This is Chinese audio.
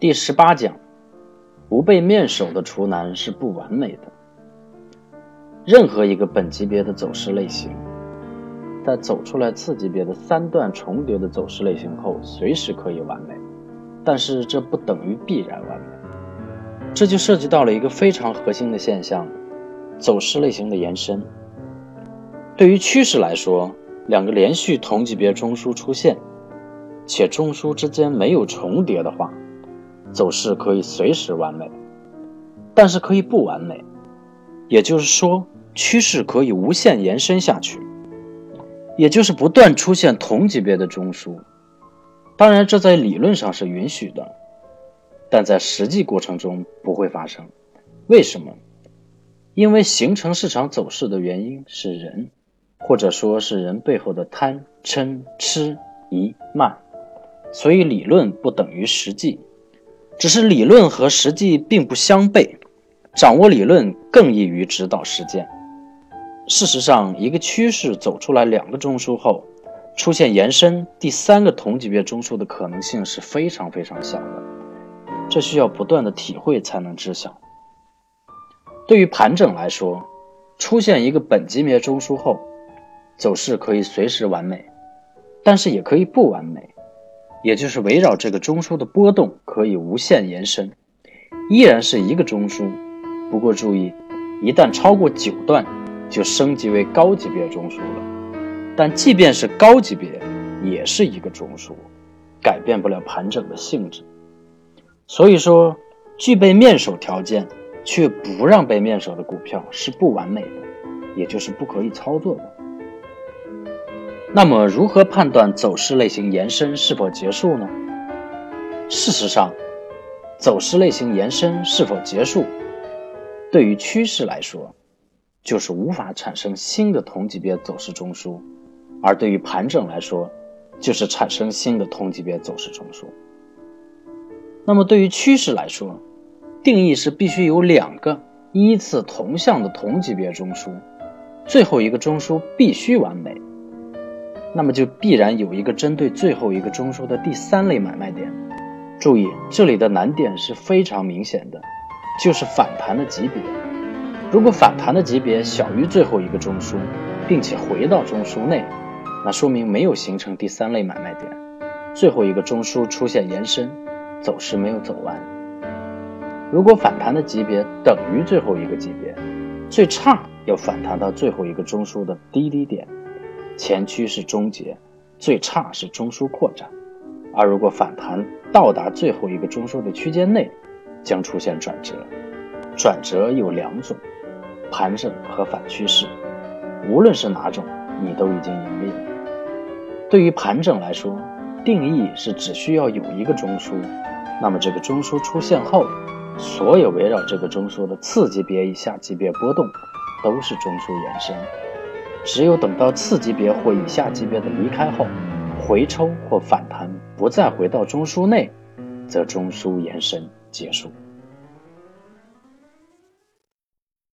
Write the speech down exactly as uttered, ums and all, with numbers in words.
第十八讲，不被面首的厨男是不完美的。任何一个本级别的走势类型，在走出来次级别的三段重叠的走势类型后，随时可以完美，但是这不等于必然完美。这就涉及到了一个非常核心的现象，走势类型的延伸。对于趋势来说，两个连续同级别中枢出现，且中枢之间没有重叠的话，走势可以随时完美，但是可以不完美，也就是说趋势可以无限延伸下去，也就是不断出现同级别的中枢。当然这在理论上是允许的，但在实际过程中不会发生。为什么？因为形成市场走势的原因是人，或者说是人背后的贪、嗔、痴、疑、慢，所以理论不等于实际，只是理论和实际并不相悖，掌握理论更易于指导实践。事实上，一个趋势走出来两个中枢后，出现延伸第三个同级别中枢的可能性是非常非常小的，这需要不断的体会才能知晓。对于盘整来说，出现一个本级别中枢后，走势可以随时完美，但是也可以不完美，也就是围绕这个中枢的波动可以无限延伸，依然是一个中枢。不过注意，一旦超过九段，就升级为高级别中枢了。但即便是高级别，也是一个中枢，改变不了盘整的性质。所以说，具备面首条件却不让被面首的股票是不完美的，也就是不可以操作的。那么如何判断走势类型延伸是否结束呢？事实上，走势类型延伸是否结束，对于趋势来说，就是无法产生新的同级别走势中枢，而对于盘整来说，就是产生新的同级别走势中枢。那么对于趋势来说，定义是必须有两个依次同向的同级别中枢，最后一个中枢必须完美，那么就必然有一个针对最后一个中枢的第三类买卖点。注意，这里的难点是非常明显的，就是反弹的级别。如果反弹的级别小于最后一个中枢，并且回到中枢内，那说明没有形成第三类买卖点，最后一个中枢出现延伸，走势没有走完。如果反弹的级别等于最后一个级别，最差要反弹到最后一个中枢的低低点，前趋是终结，最差是中枢扩展。而如果反弹到达最后一个中枢的区间内，将出现转折。转折有两种，盘整和反趋势，无论是哪种，你都已经盈利了。对于盘整来说，定义是只需要有一个中枢，那么这个中枢出现后，所有围绕这个中枢的次级别以下级别波动都是中枢延伸。只有等到次级别或以下级别的离开后，回抽或反弹不再回到中枢内，则中枢延伸结束。